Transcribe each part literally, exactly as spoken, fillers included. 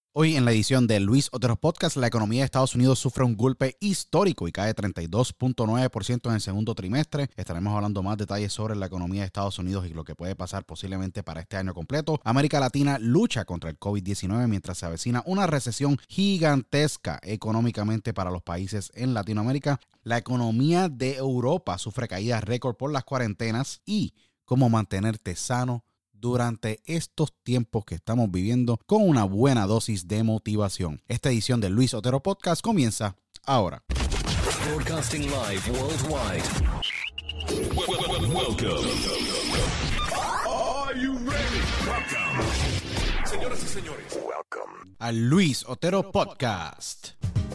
Hoy en la edición de Luis Otero Podcast, la economía de Estados Unidos sufre un golpe histórico y cae treinta y dos punto nueve por ciento en el segundo trimestre. Estaremos hablando más detalles sobre la economía de Estados Unidos y lo que puede pasar posiblemente para este año completo. América Latina lucha contra el COVID diecinueve mientras se avecina una recesión gigantesca económicamente para los países en Latinoamérica. La economía de Europa sufre caídas récord por las cuarentenas y cómo mantenerte sano durante estos tiempos que estamos viviendo con una buena dosis de motivación. Esta edición del Luis Otero Podcast comienza ahora. Broadcasting live worldwide. Welcome. Are you ready? Welcome. Señoras y señores, welcome al Luis Otero Podcast.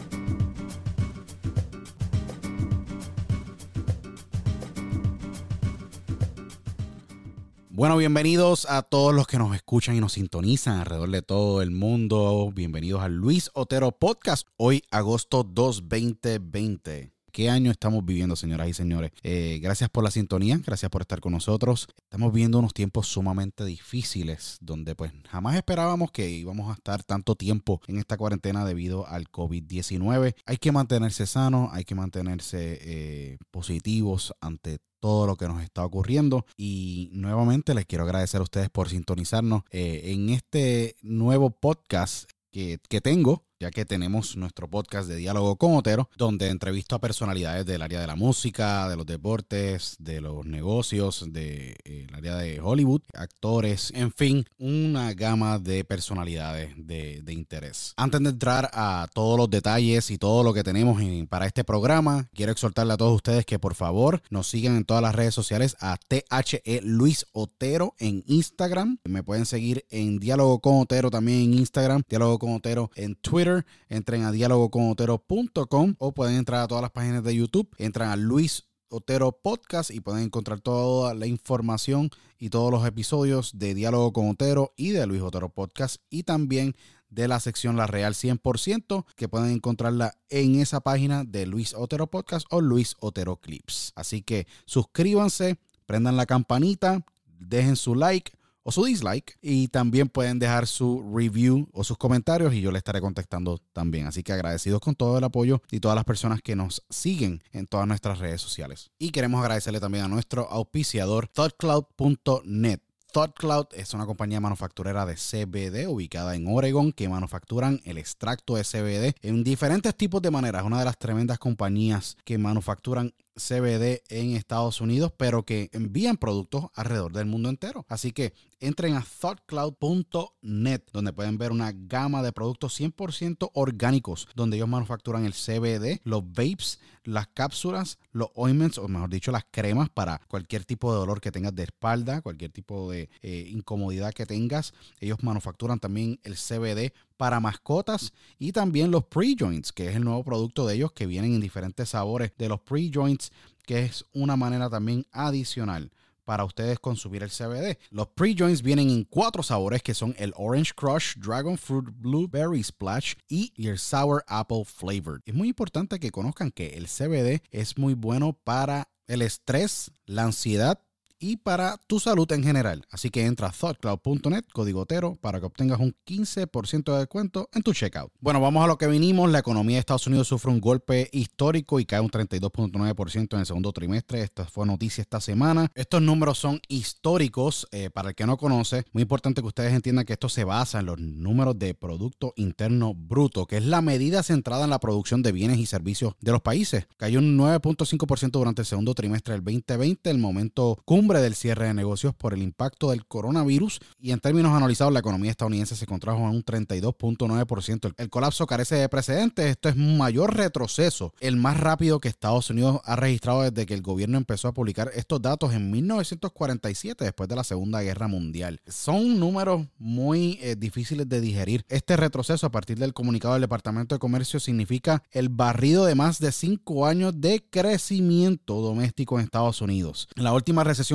Bueno, bienvenidos a todos los que nos escuchan y nos sintonizan alrededor de todo el mundo. Bienvenidos al Luis Otero Podcast. Hoy, agosto dos, veinte veinte. ¿Qué año estamos viviendo, señoras y señores? Eh, gracias por la sintonía, gracias por estar con nosotros. Estamos viviendo unos tiempos sumamente difíciles, donde pues jamás esperábamos que íbamos a estar tanto tiempo en esta cuarentena debido al COVID diecinueve. Hay que mantenerse sanos, hay que mantenerse eh, positivos ante todo lo que nos está ocurriendo, y nuevamente les quiero agradecer a ustedes por sintonizarnos eh, en este nuevo podcast que, que tengo, ya que tenemos nuestro podcast de Diálogo con Otero, donde entrevisto a personalidades del área de la música, de los deportes, de los negocios, del eh, área de Hollywood, actores, en fin, una gama de personalidades de, de interés. Antes de entrar a todos los detalles y todo lo que tenemos en, para este programa, quiero exhortarle a todos ustedes que por favor nos sigan en todas las redes sociales a T H E Luis Otero en Instagram. Me pueden seguir en Diálogo con Otero también en Instagram, Diálogo con Otero en Twitter. Entren a diálogo con otero punto com o pueden entrar a todas las páginas de YouTube. Entran a Luis Otero Podcast y pueden encontrar toda la información y todos los episodios de Diálogo con Otero y de Luis Otero Podcast, y también de la sección La Real cien por ciento, que pueden encontrarla en esa página de Luis Otero Podcast o Luis Otero Clips. Así que suscríbanse, prendan la campanita, dejen su like o su dislike, y también pueden dejar su review o sus comentarios y yo le estaré contestando también. Así que agradecidos con todo el apoyo y todas las personas que nos siguen en todas nuestras redes sociales. Y queremos agradecerle también a nuestro auspiciador ThoughtCloud punto net. ThoughtCloud es una compañía manufacturera de C B D ubicada en Oregon que manufacturan el extracto de C B D en diferentes tipos de maneras. Una de las tremendas compañías que manufacturan C B D en Estados Unidos, pero que envían productos alrededor del mundo entero. Así que entren a ThoughtCloud punto net, donde pueden ver una gama de productos cien por ciento orgánicos, donde ellos manufacturan el C B D, los vapes, las cápsulas, los ointments, o mejor dicho, las cremas para cualquier tipo de dolor que tengas de espalda, cualquier tipo de eh, incomodidad que tengas. Ellos manufacturan también el C B D para mascotas y también los pre-joints, que es el nuevo producto de ellos que vienen en diferentes sabores de los pre-joints, que es una manera también adicional para ustedes consumir el C B D. Los pre-joints vienen en cuatro sabores, que son el Orange Crush, Dragon Fruit Blueberry Splash y el Sour Apple Flavored. Es muy importante que conozcan que el C B D es muy bueno para el estrés, la ansiedad y para tu salud en general. Así que entra a ThoughtCloud punto net, código Otero, para que obtengas un quince por ciento de descuento en tu checkout. Bueno, vamos a lo que vinimos. La economía de Estados Unidos sufre un golpe histórico y cae un treinta y dos punto nueve por ciento en el segundo trimestre. Esta fue noticia esta semana. Estos números son históricos. Eh, para el que no conoce, muy importante que ustedes entiendan que esto se basa en los números de Producto Interno Bruto, que es la medida centrada en la producción de bienes y servicios de los países. Cayó un nueve punto cinco por ciento durante el segundo trimestre del veinte veinte, el momento cumbre del cierre de negocios por el impacto del coronavirus, y en términos anualizados la economía estadounidense se contrajo en un treinta y dos punto nueve por ciento. El, el colapso carece de precedentes. Esto es un mayor retroceso, el más rápido que Estados Unidos ha registrado desde que el gobierno empezó a publicar estos datos en mil novecientos cuarenta y siete, después de la Segunda Guerra Mundial. Son números muy eh, difíciles de digerir. Este retroceso, a partir del comunicado del Departamento de Comercio, significa el barrido de más de cinco años de crecimiento doméstico en Estados Unidos. La última recesión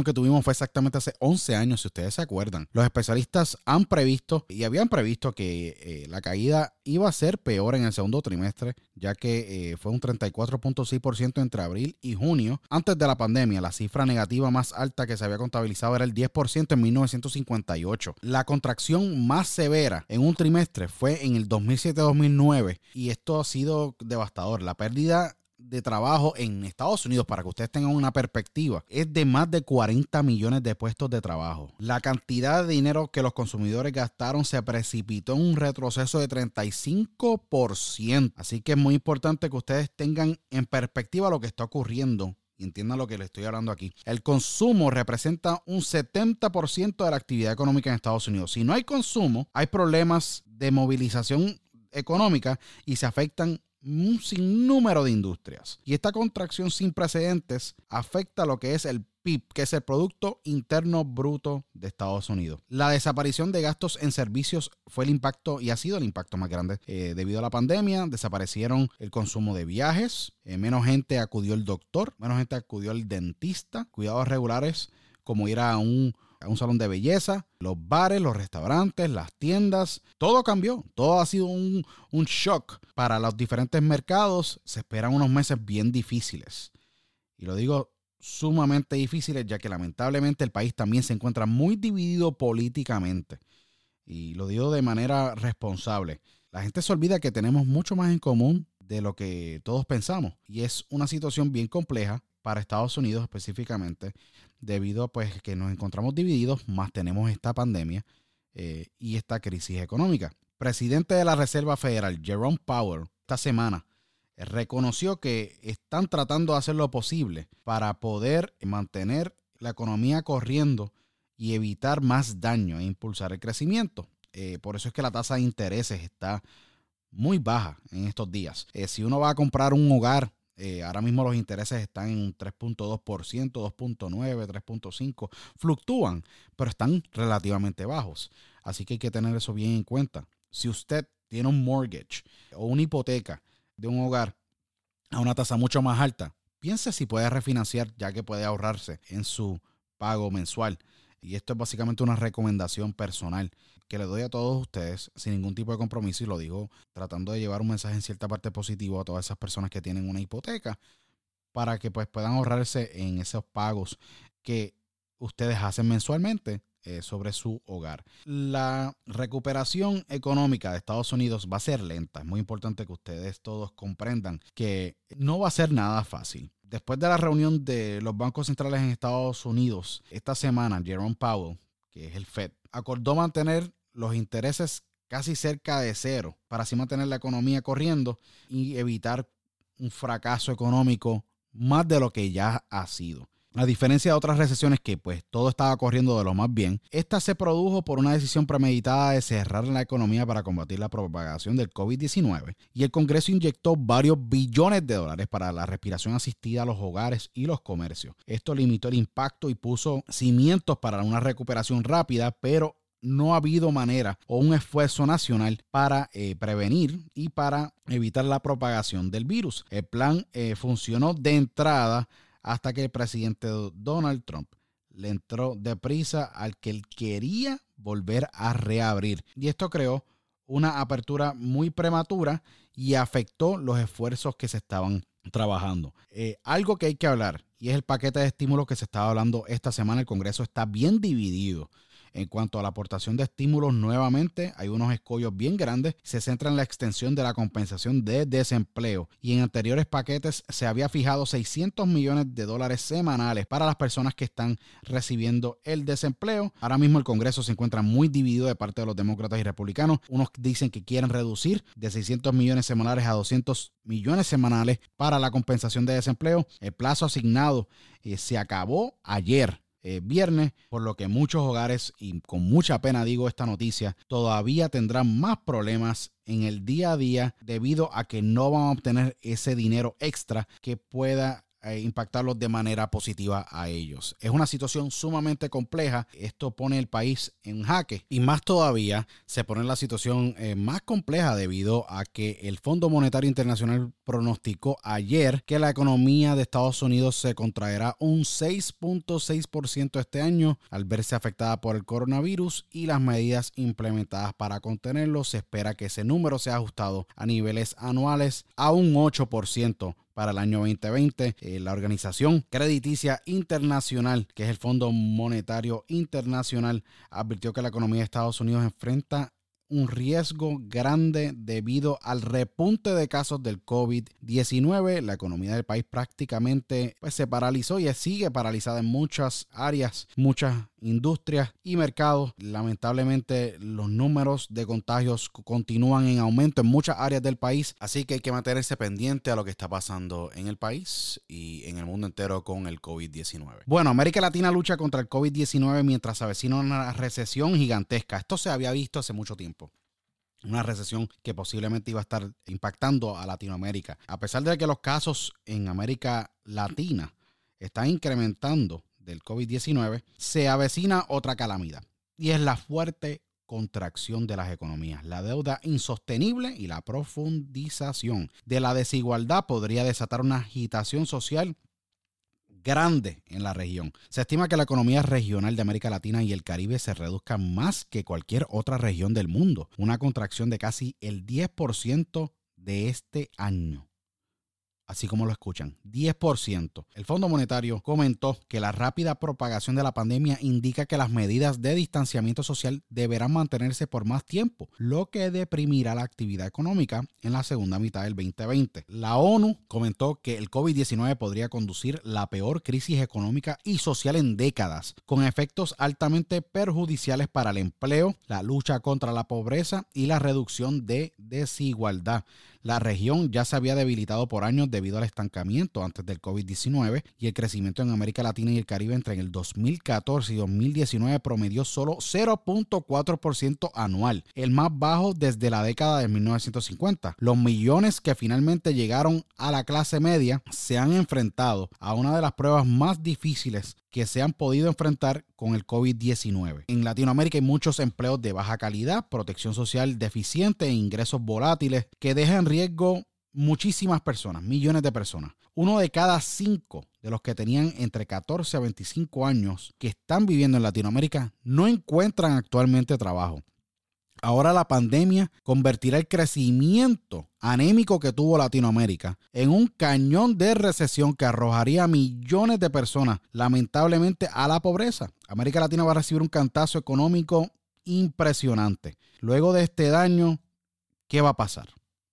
recesión que tuvimos fue exactamente hace once años, si ustedes se acuerdan. Los especialistas han previsto y habían previsto que eh, la caída iba a ser peor en el segundo trimestre, ya que eh, fue un treinta y cuatro punto seis por ciento entre abril y junio. Antes de la pandemia, la cifra negativa más alta que se había contabilizado era el diez por ciento en mil novecientos cincuenta y ocho. La contracción más severa en un trimestre fue en el dos mil siete dos mil nueve y esto ha sido devastador. La pérdida de trabajo en Estados Unidos, para que ustedes tengan una perspectiva, es de más de cuarenta millones de puestos de trabajo. La cantidad de dinero que los consumidores gastaron se precipitó en un retroceso de treinta y cinco por ciento. Así que es muy importante que ustedes tengan en perspectiva lo que está ocurriendo y entiendan lo que les estoy hablando aquí. El consumo representa un setenta por ciento de la actividad económica en Estados Unidos. Si no hay consumo, hay problemas de movilización económica y se afectan un sinnúmero de industrias. Y esta contracción sin precedentes afecta lo que es el P I B, que es el Producto Interno Bruto de Estados Unidos. La desaparición de gastos en servicios fue el impacto y ha sido el impacto más grande. Eh, debido a la pandemia, desaparecieron el consumo de viajes, eh, menos gente acudió al doctor, menos gente acudió al dentista, cuidados regulares como ir a un a un salón de belleza, los bares, los restaurantes, las tiendas, todo cambió, todo ha sido un, un shock para los diferentes mercados. Se esperan unos meses bien difíciles y lo digo sumamente difíciles, ya que lamentablemente el país también se encuentra muy dividido políticamente y lo digo de manera responsable. La gente se olvida que tenemos mucho más en común de lo que todos pensamos y es una situación bien compleja para Estados Unidos específicamente, debido a pues, que nos encontramos divididos, más tenemos esta pandemia eh, y esta crisis económica. Presidente de la Reserva Federal, Jerome Powell, esta semana eh, reconoció que están tratando de hacer lo posible para poder mantener la economía corriendo y evitar más daño e impulsar el crecimiento. Eh, por eso es que la tasa de intereses está muy baja en estos días. Eh, si uno va a comprar un hogar, Eh, ahora mismo los intereses están en tres punto dos por ciento, dos punto nueve por ciento, tres punto cinco por ciento. Fluctúan, pero están relativamente bajos. Así que hay que tener eso bien en cuenta. Si usted tiene un mortgage o una hipoteca de un hogar a una tasa mucho más alta, piense si puede refinanciar, ya que puede ahorrarse en su pago mensual. Y esto es básicamente una recomendación personal que le doy a todos ustedes sin ningún tipo de compromiso, y lo digo tratando de llevar un mensaje en cierta parte positivo a todas esas personas que tienen una hipoteca para que pues puedan ahorrarse en esos pagos que ustedes hacen mensualmente eh, sobre su hogar. La recuperación económica de Estados Unidos va a ser lenta. Es muy importante que ustedes todos comprendan que no va a ser nada fácil. Después de la reunión de los bancos centrales en Estados Unidos esta semana, Jerome Powell, que es el Fed, acordó mantener los intereses casi cerca de cero para así mantener la economía corriendo y evitar un fracaso económico más de lo que ya ha sido. A diferencia de otras recesiones que pues todo estaba corriendo de lo más bien, esta se produjo por una decisión premeditada de cerrar la economía para combatir la propagación del COVID diecinueve, y el Congreso inyectó varios billones de dólares para la respiración asistida a los hogares y los comercios. Esto limitó el impacto y puso cimientos para una recuperación rápida, pero no ha habido manera o un esfuerzo nacional para eh, prevenir y para evitar la propagación del virus. El plan eh, funcionó de entrada hasta que el presidente Donald Trump le entró deprisa al que él quería volver a reabrir. Y esto creó una apertura muy prematura y afectó los esfuerzos que se estaban trabajando. Eh, algo que hay que hablar, y es el paquete de estímulos que se estaba hablando esta semana. El Congreso está bien dividido en cuanto a la aportación de estímulos. Nuevamente hay unos escollos bien grandes. Se centra en la extensión de la compensación de desempleo, y en anteriores paquetes se había fijado seiscientos millones de dólares semanales para las personas que están recibiendo el desempleo. Ahora mismo el Congreso se encuentra muy dividido de parte de los demócratas y republicanos. Unos dicen que quieren reducir de seiscientos millones semanales a doscientos millones semanales para la compensación de desempleo. El plazo asignado eh, se acabó ayer, Eh, viernes, por lo que muchos hogares, y con mucha pena digo esta noticia, todavía tendrán más problemas en el día a día debido a que no van a obtener ese dinero extra que pueda eh, impactarlos de manera positiva a ellos. Es una situación sumamente compleja. Esto pone el país en jaque y más todavía se pone en la situación eh, más compleja debido a que el Fondo Monetario Internacional pronosticó ayer que la economía de Estados Unidos se contraerá un seis punto seis por ciento este año al verse afectada por el coronavirus y las medidas implementadas para contenerlo. Se espera que ese número sea ajustado a niveles anuales a un ocho por ciento para el año veinte veinte. Eh, la Organización Crediticia Internacional, que es el Fondo Monetario Internacional, advirtió que la economía de Estados Unidos enfrenta un riesgo grande debido al repunte de casos del COVID diecinueve. La economía del país prácticamente pues, se paralizó y sigue paralizada en muchas áreas, muchas industrias y mercados. Lamentablemente los números de contagios continúan en aumento en muchas áreas del país, así que hay que mantenerse pendiente a lo que está pasando en el país y en el mundo entero con el COVID diecinueve. Bueno, América Latina lucha contra el COVID diecinueve mientras se avecina una recesión gigantesca. Esto se había visto hace mucho tiempo. Una recesión que posiblemente iba a estar impactando a Latinoamérica. A pesar de que los casos en América Latina están incrementando del COVID diecinueve, se avecina otra calamidad y es la fuerte contracción de las economías. La deuda insostenible y la profundización de la desigualdad podría desatar una agitación social grande en la región. Se estima que la economía regional de América Latina y el Caribe se reduzca más que cualquier otra región del mundo. Una contracción de casi el diez por ciento de este año. Así como lo escuchan, diez por ciento. El Fondo Monetario comentó que la rápida propagación de la pandemia indica que las medidas de distanciamiento social deberán mantenerse por más tiempo, lo que deprimirá la actividad económica en la segunda mitad del veinte veinte. La ONU comentó que el COVID diecinueve podría conducir la peor crisis económica y social en décadas, con efectos altamente perjudiciales para el empleo, la lucha contra la pobreza y la reducción de desigualdad. La región ya se había debilitado por años debido al estancamiento antes del COVID diecinueve y el crecimiento en América Latina y el Caribe entre el dos mil catorce y dos mil diecinueve promedió solo cero punto cuatro por ciento anual, el más bajo desde la década de mil novecientos cincuenta. Los millones que finalmente llegaron a la clase media se han enfrentado a una de las pruebas más difíciles que se han podido enfrentar con el COVID diecinueve. En Latinoamérica hay muchos empleos de baja calidad, protección social deficiente e ingresos volátiles que dejan en riesgo muchísimas personas, millones de personas. Uno de cada cinco de los que tenían entre catorce a veinticinco años que están viviendo en Latinoamérica no encuentran actualmente trabajo. Ahora la pandemia convertirá el crecimiento anémico que tuvo Latinoamérica en un cañón de recesión que arrojaría a millones de personas, lamentablemente, a la pobreza. América Latina va a recibir un cantazo económico impresionante. Luego de este daño, ¿qué va a pasar?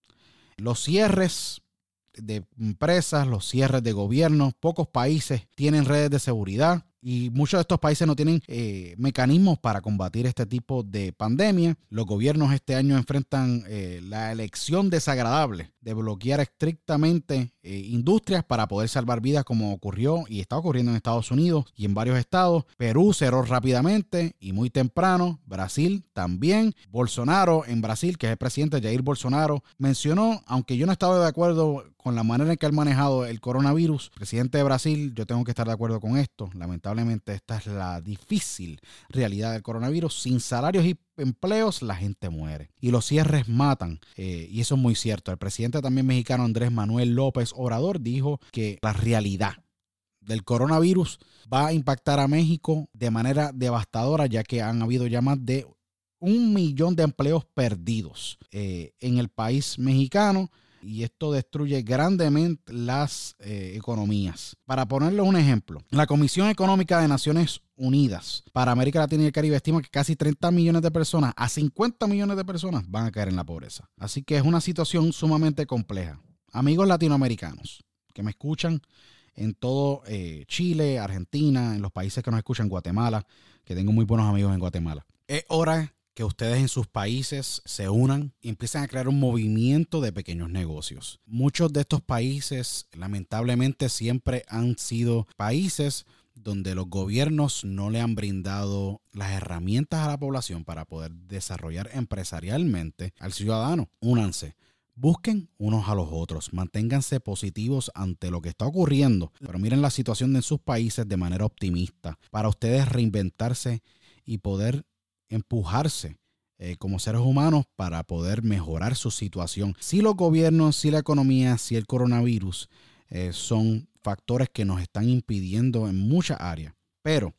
Los cierres de empresas, los cierres de gobiernos, pocos países tienen redes de seguridad. Y muchos de estos países no tienen eh, mecanismos para combatir este tipo de pandemia. Los gobiernos este año enfrentan eh, la elección desagradable de bloquear estrictamente eh, industrias para poder salvar vidas, como ocurrió y está ocurriendo en Estados Unidos y en varios estados. Perú cerró rápidamente y muy temprano. Brasil también. Bolsonaro en Brasil, que es el presidente Jair Bolsonaro, mencionó, aunque yo no estaba de acuerdo con la manera en que ha manejado el coronavirus, presidente de Brasil, yo tengo que estar de acuerdo con esto. Lamentablemente esta es la difícil realidad del coronavirus. Sin salarios y empleos la gente muere y los cierres matan, eh, y eso es muy cierto. El presidente también mexicano Andrés Manuel López Obrador dijo que la realidad del coronavirus va a impactar a México de manera devastadora, ya que han habido ya más de un millón de empleos perdidos eh, en el país mexicano. Y esto destruye grandemente las eh, economías. Para ponerles un ejemplo, la Comisión Económica de Naciones Unidas para América Latina y el Caribe estima que casi treinta millones de personas a cincuenta millones de personas van a caer en la pobreza. Así que es una situación sumamente compleja. Amigos latinoamericanos que me escuchan en todo eh, Chile, Argentina, en los países que nos escuchan, Guatemala, que tengo muy buenos amigos en Guatemala. Es hora que ustedes en sus países se unan y empiecen a crear un movimiento de pequeños negocios. Muchos de estos países, lamentablemente, siempre han sido países donde los gobiernos no le han brindado las herramientas a la población para poder desarrollar empresarialmente al ciudadano. Únanse, Busquen unos a los otros, manténganse positivos ante lo que está ocurriendo, pero miren la situación en sus países de manera optimista para ustedes reinventarse y poder empujarse eh, como seres humanos para poder mejorar su situación. Si los gobiernos, si la economía, si el coronavirus eh, son factores que nos están impidiendo en muchas áreas, pero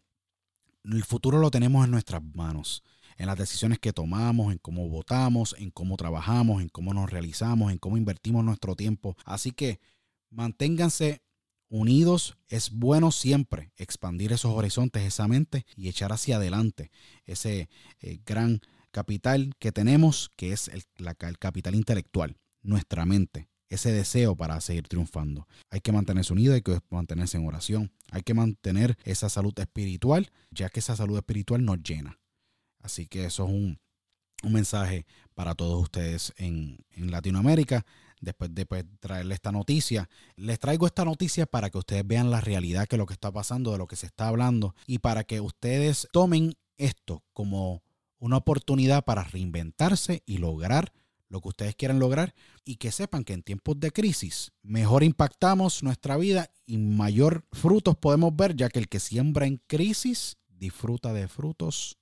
el futuro lo tenemos en nuestras manos, en las decisiones que tomamos, en cómo votamos, en cómo trabajamos, en cómo nos realizamos, en cómo invertimos nuestro tiempo. Así que manténganse unidos. Es bueno siempre expandir esos horizontes, esa mente y echar hacia adelante ese eh, gran capital que tenemos, que es el, la, el capital intelectual, nuestra mente. Ese deseo para seguir triunfando. Hay que mantenerse unido, hay que mantenerse en oración, hay que mantener esa salud espiritual, ya que esa salud espiritual nos llena. Así que eso es un, un mensaje para todos ustedes en, en Latinoamérica. Después de pues, traerles esta noticia, les traigo esta noticia para que ustedes vean la realidad que es lo que está pasando, de lo que se está hablando, y para que ustedes tomen esto como una oportunidad para reinventarse y lograr lo que ustedes quieran lograr, y que sepan que en tiempos de crisis mejor impactamos nuestra vida y mayor frutos podemos ver, ya que el que siembra en crisis disfruta de frutos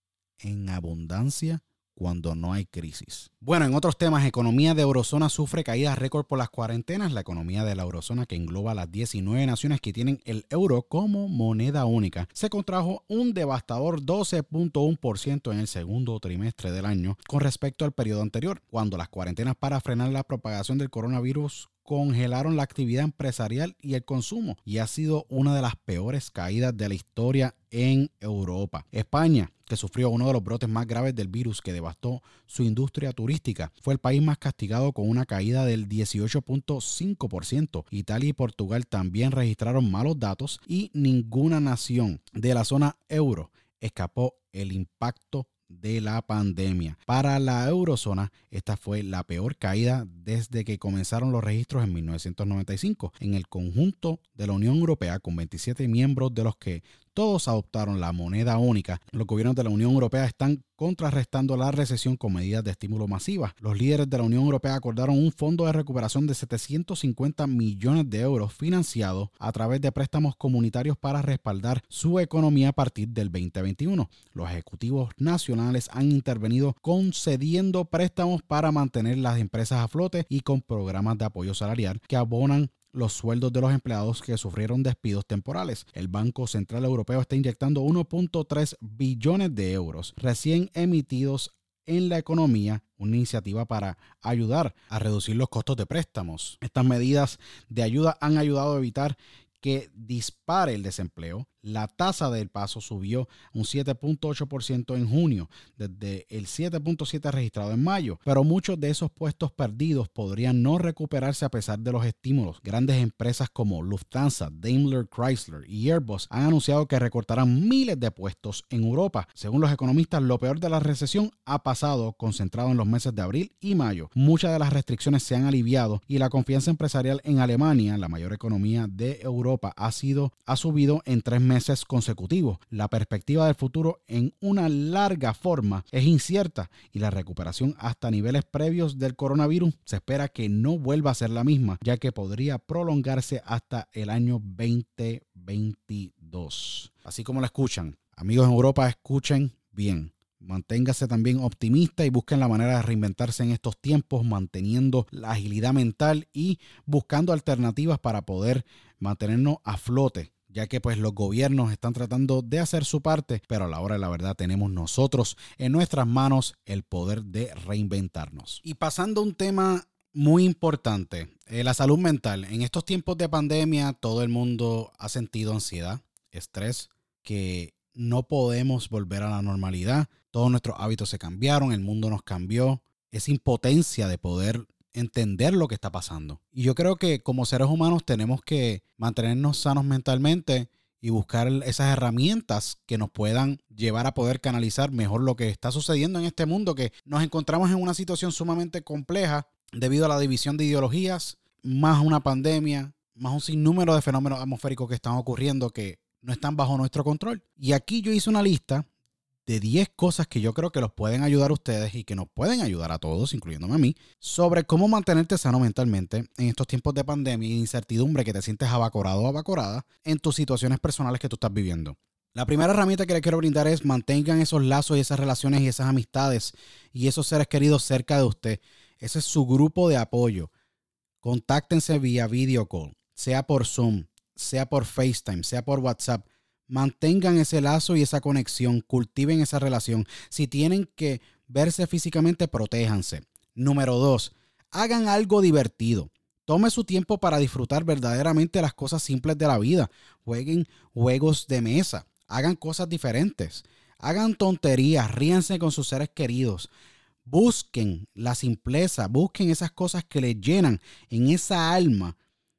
en abundancia cuando no hay crisis. Bueno, en otros temas, economía de eurozona sufre caídas récord por las cuarentenas. La economía de la eurozona, que engloba las diecinueve naciones que tienen el euro como moneda única, se contrajo un devastador doce punto uno por ciento en el segundo trimestre del año con respecto al periodo anterior, cuando las cuarentenas para frenar la propagación del coronavirus congelaron la actividad empresarial y el consumo, y ha sido una de las peores caídas de la historia en Europa. España, que sufrió uno de los brotes más graves del virus que devastó su industria turística, fue el país más castigado con una caída del dieciocho punto cinco por ciento. Italia y Portugal también registraron malos datos, y ninguna nación de la zona euro escapó el impacto de la pandemia. Para la eurozona, esta fue la peor caída desde que comenzaron los registros en mil novecientos noventa y cinco. En el conjunto de la Unión Europea, con veintisiete miembros de los que todos adoptaron la moneda única, los gobiernos de la Unión Europea están contrarrestando la recesión con medidas de estímulo masivas. Los líderes de la Unión Europea acordaron un fondo de recuperación de setecientos cincuenta millones de euros financiados a través de préstamos comunitarios para respaldar su economía a partir del veinte veintiuno. Los ejecutivos nacionales han intervenido concediendo préstamos para mantener las empresas a flote y con programas de apoyo salarial que abonan los sueldos de los empleados que sufrieron despidos temporales. El Banco Central Europeo está inyectando uno punto tres billones de euros recién emitidos en la economía, una iniciativa para ayudar a reducir los costos de préstamos. Estas medidas de ayuda han ayudado a evitar que dispare el desempleo. La tasa del paso subió un siete punto ocho por ciento en junio, desde el siete punto siete por ciento registrado en mayo, pero muchos de esos puestos perdidos podrían no recuperarse a pesar de los estímulos. Grandes empresas como Lufthansa, Daimler Chrysler y Airbus han anunciado que recortarán miles de puestos en Europa. Según los economistas, lo peor de la recesión ha pasado, concentrado en los meses de abril y mayo. Muchas de las restricciones se han aliviado y la confianza empresarial en Alemania, la mayor economía de Europa, ha sido ha subido en tres meses meses consecutivos. La perspectiva del futuro en una larga forma es incierta, y la recuperación hasta niveles previos del coronavirus se espera que no vuelva a ser la misma, ya que podría prolongarse hasta el año veinte veintidós. Así como lo escuchan, amigos en Europa, escuchen bien. Manténgase también optimista y busquen la manera de reinventarse en estos tiempos, manteniendo la agilidad mental y buscando alternativas para poder mantenernos a flote, ya que pues los gobiernos están tratando de hacer su parte, pero a la hora de la verdad tenemos nosotros en nuestras manos el poder de reinventarnos. Y pasando a un tema muy importante, eh, la salud mental. En estos tiempos de pandemia todo el mundo ha sentido ansiedad, estrés, que no podemos volver a la normalidad. Todos nuestros hábitos se cambiaron, el mundo nos cambió. Es impotencia de poder entender lo que está pasando. Y yo creo que como seres humanos tenemos que mantenernos sanos mentalmente y buscar esas herramientas que nos puedan llevar a poder canalizar mejor lo que está sucediendo en este mundo, que nos encontramos en una situación sumamente compleja debido a la división de ideologías, más una pandemia, más un sinnúmero de fenómenos atmosféricos que están ocurriendo que no están bajo nuestro control. Y aquí yo hice una lista de diez cosas que yo creo que los pueden ayudar a ustedes y que nos pueden ayudar a todos, incluyéndome a mí, sobre cómo mantenerte sano mentalmente en estos tiempos de pandemia y de incertidumbre que te sientes abacorado o abacorada en tus situaciones personales que tú estás viviendo. La primera herramienta que les quiero brindar es mantengan esos lazos y esas relaciones y esas amistades y esos seres queridos cerca de usted. Ese es su grupo de apoyo. Contáctense vía video call, sea por Zoom, sea por FaceTime, sea por WhatsApp. Mantengan ese lazo y esa conexión, cultiven esa relación. Si tienen que verse físicamente, protéjanse. Número dos, hagan algo divertido. Tome su tiempo para disfrutar verdaderamente las cosas simples de la vida. Jueguen juegos de mesa. Hagan cosas diferentes. Hagan tonterías. Ríanse con sus seres queridos. Busquen la simpleza. Busquen esas cosas que les llenan en esa alma.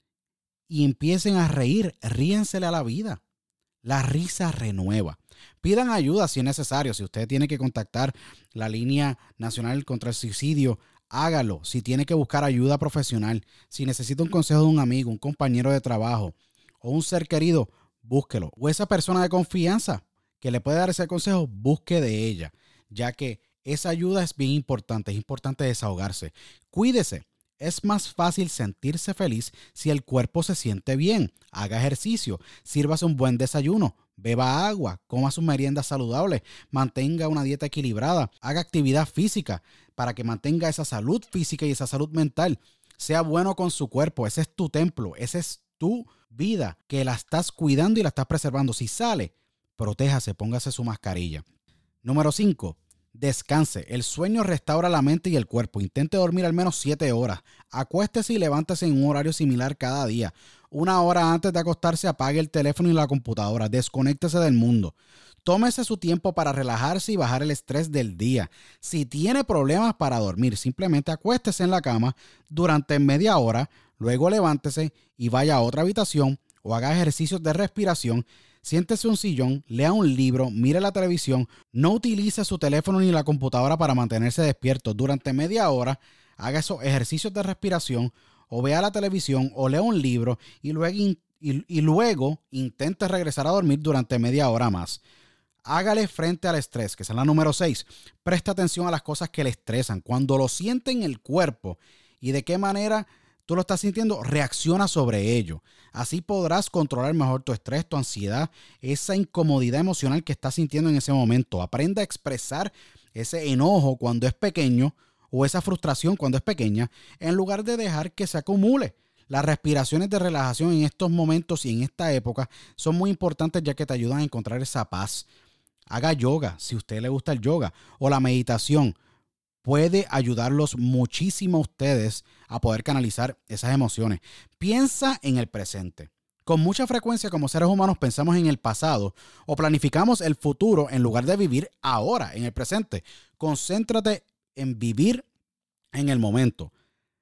Y empiecen a reír. Ríansele a la vida. La risa renueva. Pidan ayuda si es necesario. Si usted tiene que contactar la línea nacional contra el suicidio, hágalo. Si tiene que buscar ayuda profesional, si necesita un consejo de un amigo, un compañero de trabajo o un ser querido, búsquelo. O esa persona de confianza que le puede dar ese consejo, busque de ella, ya que esa ayuda es bien importante. Es importante desahogarse. Cuídese. Es más fácil sentirse feliz si el cuerpo se siente bien. Haga ejercicio, sírvase un buen desayuno, beba agua, coma sus meriendas saludables, mantenga una dieta equilibrada, haga actividad física para que mantenga esa salud física y esa salud mental. Sea bueno con su cuerpo, ese es tu templo, esa es tu vida que la estás cuidando y la estás preservando. Si sale, protéjase, póngase su mascarilla. Número cinco. Descanse. El sueño restaura la mente y el cuerpo. Intente dormir al menos siete horas. Acuéstese y levántese en un horario similar cada día. Una hora antes de acostarse, apague el teléfono y la computadora. Desconéctese del mundo. Tómese su tiempo para relajarse y bajar el estrés del día. Si tiene problemas para dormir, simplemente acuéstese en la cama durante media hora, luego levántese y vaya a otra habitación o haga ejercicios de respiración. Siéntese en un sillón, lea un libro, mire la televisión, no utilice su teléfono ni la computadora para mantenerse despierto. Durante media hora, haga esos ejercicios de respiración o vea la televisión o lea un libro y luego, y, y luego intente regresar a dormir durante media hora más. Hágale frente al estrés, que es la número seis. Presta atención a las cosas que le estresan. Cuando lo siente en el cuerpo y de qué manera tú lo estás sintiendo, reacciona sobre ello. Así podrás controlar mejor tu estrés, tu ansiedad, esa incomodidad emocional que estás sintiendo en ese momento. Aprenda a expresar ese enojo cuando es pequeño o esa frustración cuando es pequeña, en lugar de dejar que se acumule. Las respiraciones de relajación en estos momentos y en esta época son muy importantes, ya que te ayudan a encontrar esa paz. Haga yoga, si a usted le gusta el yoga, o la meditación. Puede ayudarlos muchísimo a ustedes a poder canalizar esas emociones. Piensa en el presente. Con mucha frecuencia como seres humanos pensamos en el pasado o planificamos el futuro en lugar de vivir ahora, en el presente. Concéntrate en vivir en el momento.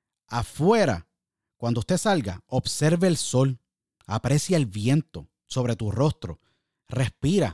Afuera, cuando usted salga, observe el sol, aprecia el viento sobre tu rostro, respira,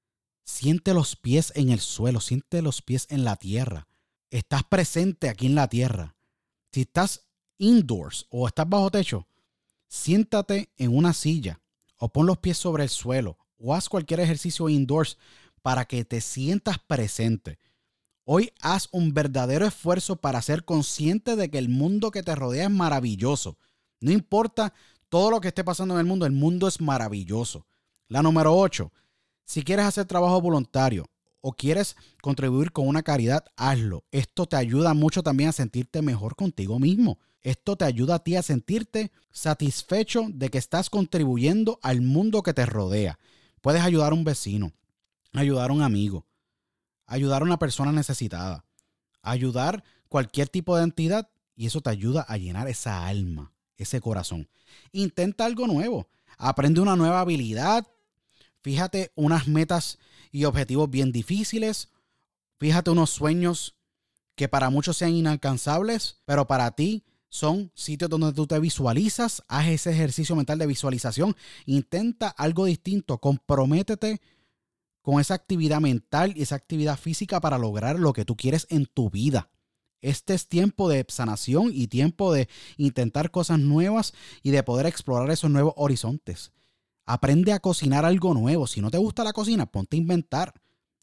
siente los pies en el suelo, siente los pies en la tierra. Estás presente aquí en la tierra. Si estás indoors o estás bajo techo, siéntate en una silla o pon los pies sobre el suelo o haz cualquier ejercicio indoors para que te sientas presente. Hoy haz un verdadero esfuerzo para ser consciente de que el mundo que te rodea es maravilloso. No importa todo lo que esté pasando en el mundo, el mundo es maravilloso. La número ocho, si quieres hacer trabajo voluntario o quieres contribuir con una caridad, hazlo. Esto te ayuda mucho también a sentirte mejor contigo mismo. Esto te ayuda a ti a sentirte satisfecho de que estás contribuyendo al mundo que te rodea. Puedes ayudar a un vecino, ayudar a un amigo, ayudar a una persona necesitada, ayudar cualquier tipo de entidad, y eso te ayuda a llenar esa alma, ese corazón. Intenta algo nuevo, aprende una nueva habilidad, fíjate unas metas y objetivos bien difíciles, fíjate unos sueños que para muchos sean inalcanzables, pero para ti son sitios donde tú te visualizas. Haz ese ejercicio mental de visualización, intenta algo distinto, comprométete con esa actividad mental y esa actividad física para lograr lo que tú quieres en tu vida. Este es tiempo de sanación y tiempo de intentar cosas nuevas y de poder explorar esos nuevos horizontes. Aprende a cocinar algo nuevo. Si no te gusta la cocina, ponte a inventar.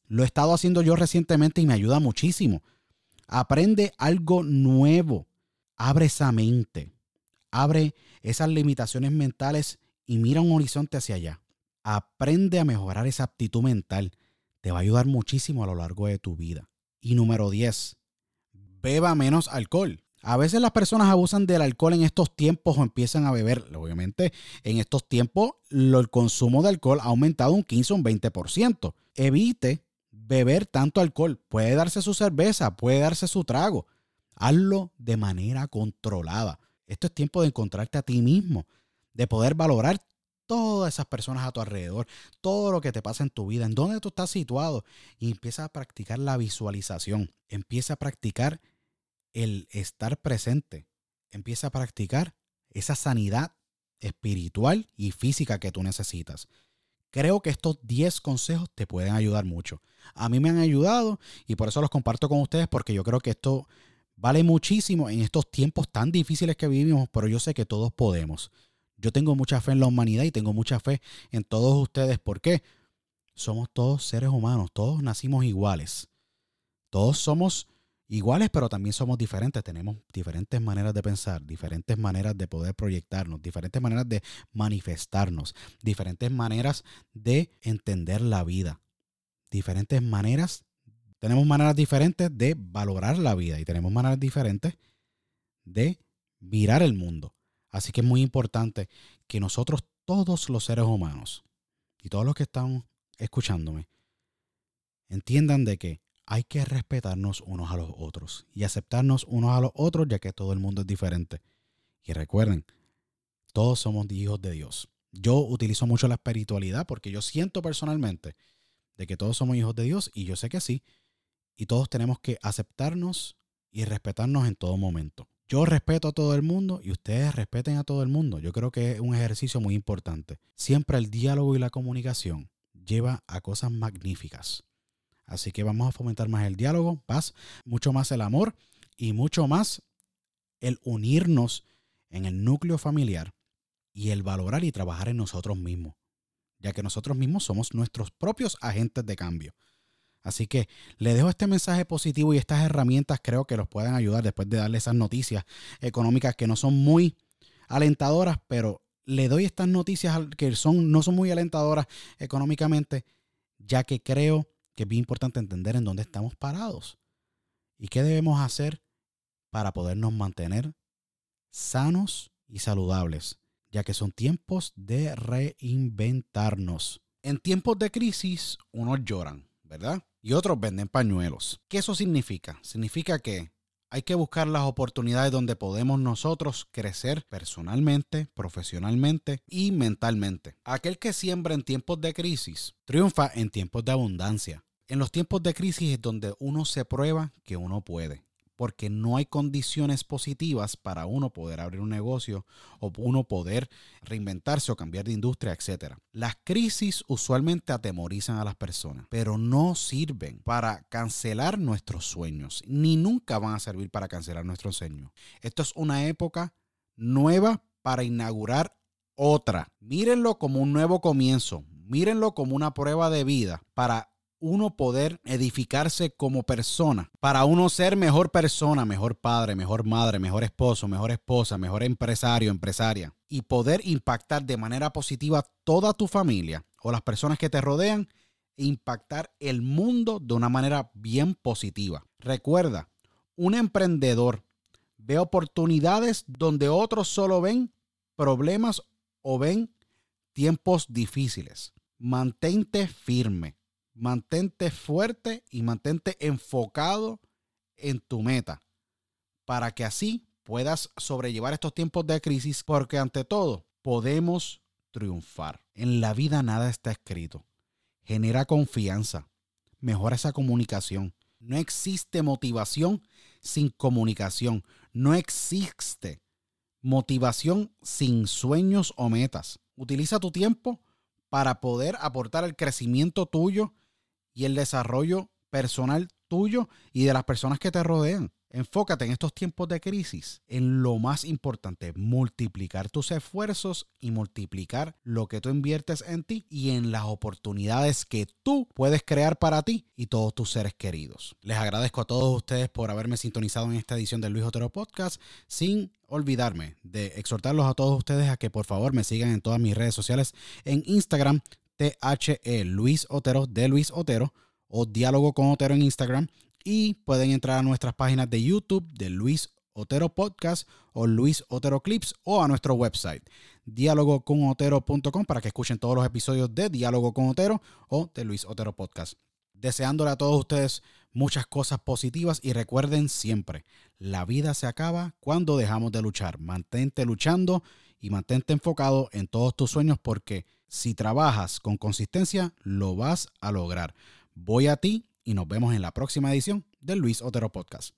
Lo he estado haciendo yo recientemente y me ayuda muchísimo. Aprende algo nuevo. Abre esa mente. Abre esas limitaciones mentales y mira un horizonte hacia allá. Aprende a mejorar esa aptitud mental. Te va a ayudar muchísimo a lo largo de tu vida. Y número diez, beba menos alcohol. A veces las personas abusan del alcohol en estos tiempos o empiezan a beber. Obviamente, en estos tiempos lo, el consumo de alcohol ha aumentado un quince o un veinte por ciento. Evite beber tanto alcohol. Puede darse su cerveza, puede darse su trago. Hazlo de manera controlada. Esto es tiempo de encontrarte a ti mismo, de poder valorar todas esas personas a tu alrededor, todo lo que te pasa en tu vida, en dónde tú estás situado, y empieza a practicar la visualización. Empieza a practicar el estar presente. Empieza a practicar esa sanidad espiritual y física que tú necesitas. Creo que estos diez consejos te pueden ayudar mucho. A mí me han ayudado y por eso los comparto con ustedes, porque yo creo que esto vale muchísimo en estos tiempos tan difíciles que vivimos, pero yo sé que todos podemos. Yo tengo mucha fe en la humanidad y tengo mucha fe en todos ustedes. ¿Por qué? Somos todos seres humanos, todos nacimos iguales. Todos somos iguales, pero también somos diferentes. Tenemos diferentes maneras de pensar, diferentes maneras de poder proyectarnos, diferentes maneras de manifestarnos, diferentes maneras de entender la vida, diferentes maneras. Tenemos maneras diferentes de valorar la vida y tenemos maneras diferentes de mirar el mundo. Así que es muy importante que nosotros, todos los seres humanos y todos los que están escuchándome, entiendan de que hay que respetarnos unos a los otros y aceptarnos unos a los otros, ya que todo el mundo es diferente. Y recuerden, todos somos hijos de Dios. Yo utilizo mucho la espiritualidad porque yo siento personalmente de que todos somos hijos de Dios y yo sé que sí. Y todos tenemos que aceptarnos y respetarnos en todo momento. Yo respeto a todo el mundo y ustedes respeten a todo el mundo. Yo creo que es un ejercicio muy importante. Siempre el diálogo y la comunicación lleva a cosas magníficas. Así que vamos a fomentar más el diálogo, más, mucho más el amor y mucho más el unirnos en el núcleo familiar y el valorar y trabajar en nosotros mismos, ya que nosotros mismos somos nuestros propios agentes de cambio. Así que le dejo este mensaje positivo y estas herramientas creo que los pueden ayudar después de darle esas noticias económicas que no son muy alentadoras, pero le doy estas noticias que son, no son muy alentadoras económicamente, ya que creo que es bien importante entender en dónde estamos parados y qué debemos hacer para podernos mantener sanos y saludables, ya que son tiempos de reinventarnos. En tiempos de crisis, unos lloran, ¿verdad? Y otros venden pañuelos. ¿Qué eso significa? Significa que hay que buscar las oportunidades donde podemos nosotros crecer personalmente, profesionalmente y mentalmente. Aquel que siembra en tiempos de crisis triunfa en tiempos de abundancia. En los tiempos de crisis es donde uno se prueba que uno puede, porque no hay condiciones positivas para uno poder abrir un negocio o uno poder reinventarse o cambiar de industria, etcétera. Las crisis usualmente atemorizan a las personas, pero no sirven para cancelar nuestros sueños, ni nunca van a servir para cancelar nuestros sueños. Esto es una época nueva para inaugurar otra. Mírenlo como un nuevo comienzo, mírenlo como una prueba de vida para uno poder edificarse como persona, para uno ser mejor persona, mejor padre, mejor madre, mejor esposo, mejor esposa, mejor empresario, empresaria, y poder impactar de manera positiva toda tu familia o las personas que te rodean e impactar el mundo de una manera bien positiva. Recuerda, un emprendedor ve oportunidades donde otros solo ven problemas o ven tiempos difíciles. Mantente firme. Mantente fuerte y mantente enfocado en tu meta para que así puedas sobrellevar estos tiempos de crisis, porque ante todo podemos triunfar. En la vida nada está escrito. Genera confianza, mejora esa comunicación. No existe motivación sin comunicación. No existe motivación sin sueños o metas. Utiliza tu tiempo para poder aportar el crecimiento tuyo y el desarrollo personal tuyo y de las personas que te rodean. Enfócate en estos tiempos de crisis en lo más importante, multiplicar tus esfuerzos y multiplicar lo que tú inviertes en ti y en las oportunidades que tú puedes crear para ti y todos tus seres queridos. Les agradezco a todos ustedes por haberme sintonizado en esta edición del Luis Otero Podcast, sin olvidarme de exhortarlos a todos ustedes a que por favor me sigan en todas mis redes sociales, en Instagram, T H E Luis Otero, de Luis Otero, o Diálogo con Otero en Instagram. Y pueden entrar a nuestras páginas de YouTube de Luis Otero Podcast o Luis Otero Clips, o a nuestro website diálogo con otero punto com para que escuchen todos los episodios de Diálogo con Otero o de Luis Otero Podcast. Deseándole a todos ustedes muchas cosas positivas y recuerden siempre, la vida se acaba cuando dejamos de luchar. Mantente luchando y mantente enfocado en todos tus sueños, porque si trabajas con consistencia lo vas a lograr. Voy a ti y nos vemos en la próxima edición del Luis Otero Podcast.